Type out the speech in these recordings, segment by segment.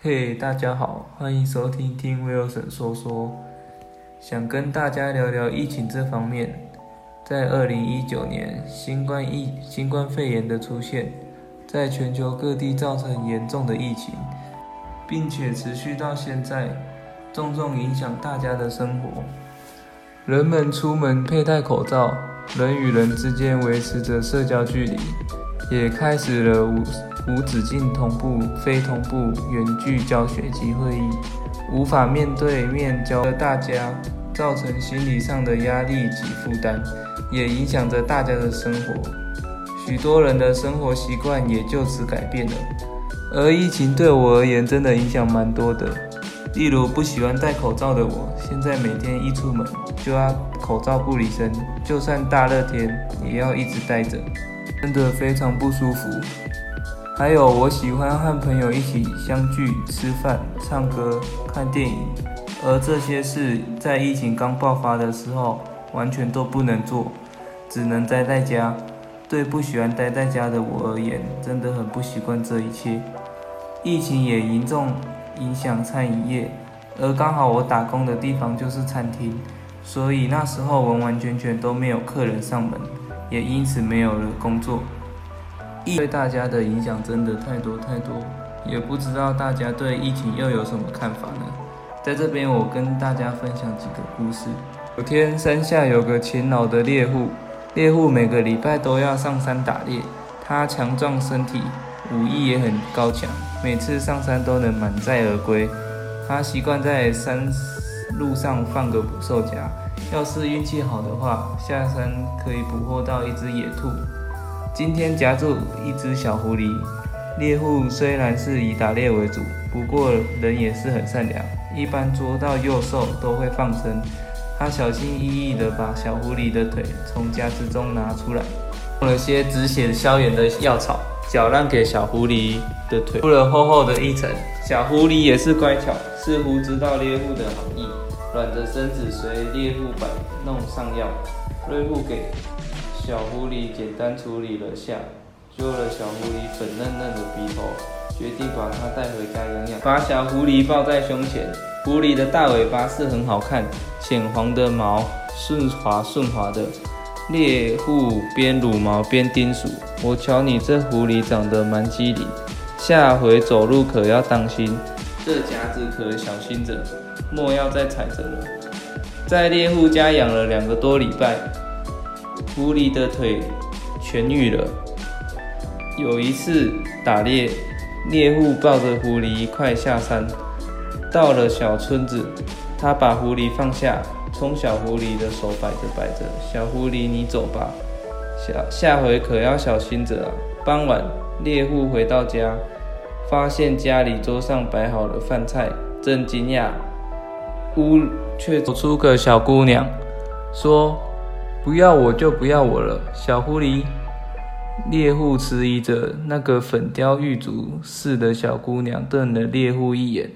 嘿，大家好，欢迎收听Wilson 说说。想跟大家聊聊疫情这方面。在2019年，新冠肺炎的出现，在全球各地造成严重的疫情，并且持续到现在，重重影响大家的生活。人们出门佩戴口罩，人与人之间维持着社交距离，也开始了无止境同步、非同步远距教学及会议，无法面对面教的大家，造成心理上的压力及负担，也影响着大家的生活。许多人的生活习惯也就此改变了。而疫情对我而言真的影响蛮多的，例如不喜欢戴口罩的我，现在每天一出门就要口罩不离身，就算大热天也要一直戴着，真的非常不舒服。还有我喜欢和朋友一起相聚吃饭、唱歌、看电影，而这些事在疫情刚爆发的时候完全都不能做，只能待在家。对不喜欢待在家的我而言，真的很不习惯这一切。疫情也严重影响餐饮业，而刚好我打工的地方就是餐厅，所以那时候完完全全都没有客人上门，也因此没有了工作。对大家的影响真的太多，也不知道大家对疫情又有什么看法呢？在这边我跟大家分享几个故事。有天山下有个勤劳的猎户每个礼拜都要上山打猎，他强壮身体，武艺也很高强，每次上山都能满载而归。他习惯在山路上放个捕兽夹，要是运气好的话，下山可以捕获到一只野兔。今天夹住一只小狐狸。猎户虽然是以打猎为主，不过人也是很善良，一般捉到幼兽都会放生。他小心翼翼地把小狐狸的腿从夹子中拿出来，用了些止血消炎的药草搅烂给小狐狸的腿，铺了厚厚的一层。小狐狸也是乖巧，似乎知道猎户的好意，软着身子随猎户摆弄上药。猎户给小狐狸简单处理了下，揪了小狐狸粉嫩嫩的鼻头，决定把它带回家养养。把小狐狸抱在胸前，狐狸的大尾巴是很好看，浅黄的毛顺滑的。猎户边撸毛边叮嘱：“我瞧你这狐狸长得蛮机灵，下回走路可要当心，这夹子可小心着，莫要再踩着了。”在猎户家养了2个多礼拜，狐狸的腿痊愈了。有一次打猎，猎户抱着狐狸一块下山，到了小村子，他把狐狸放下，冲小狐狸的手摆着，小狐狸你走吧，下回可要小心着啊。傍晚，猎户回到家，发现家里桌上摆好了饭菜，正惊讶，屋却走出个小姑娘，说：“不要我就不要我了，小狐狸。”猎户迟疑着，那个粉雕玉足似的小姑娘瞪了猎户一眼。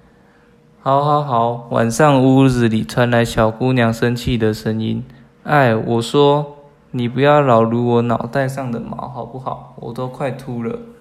好，晚上屋子里传来小姑娘生气的声音：“我说，你不要老撸我脑袋上的毛好不好？我都快秃了。”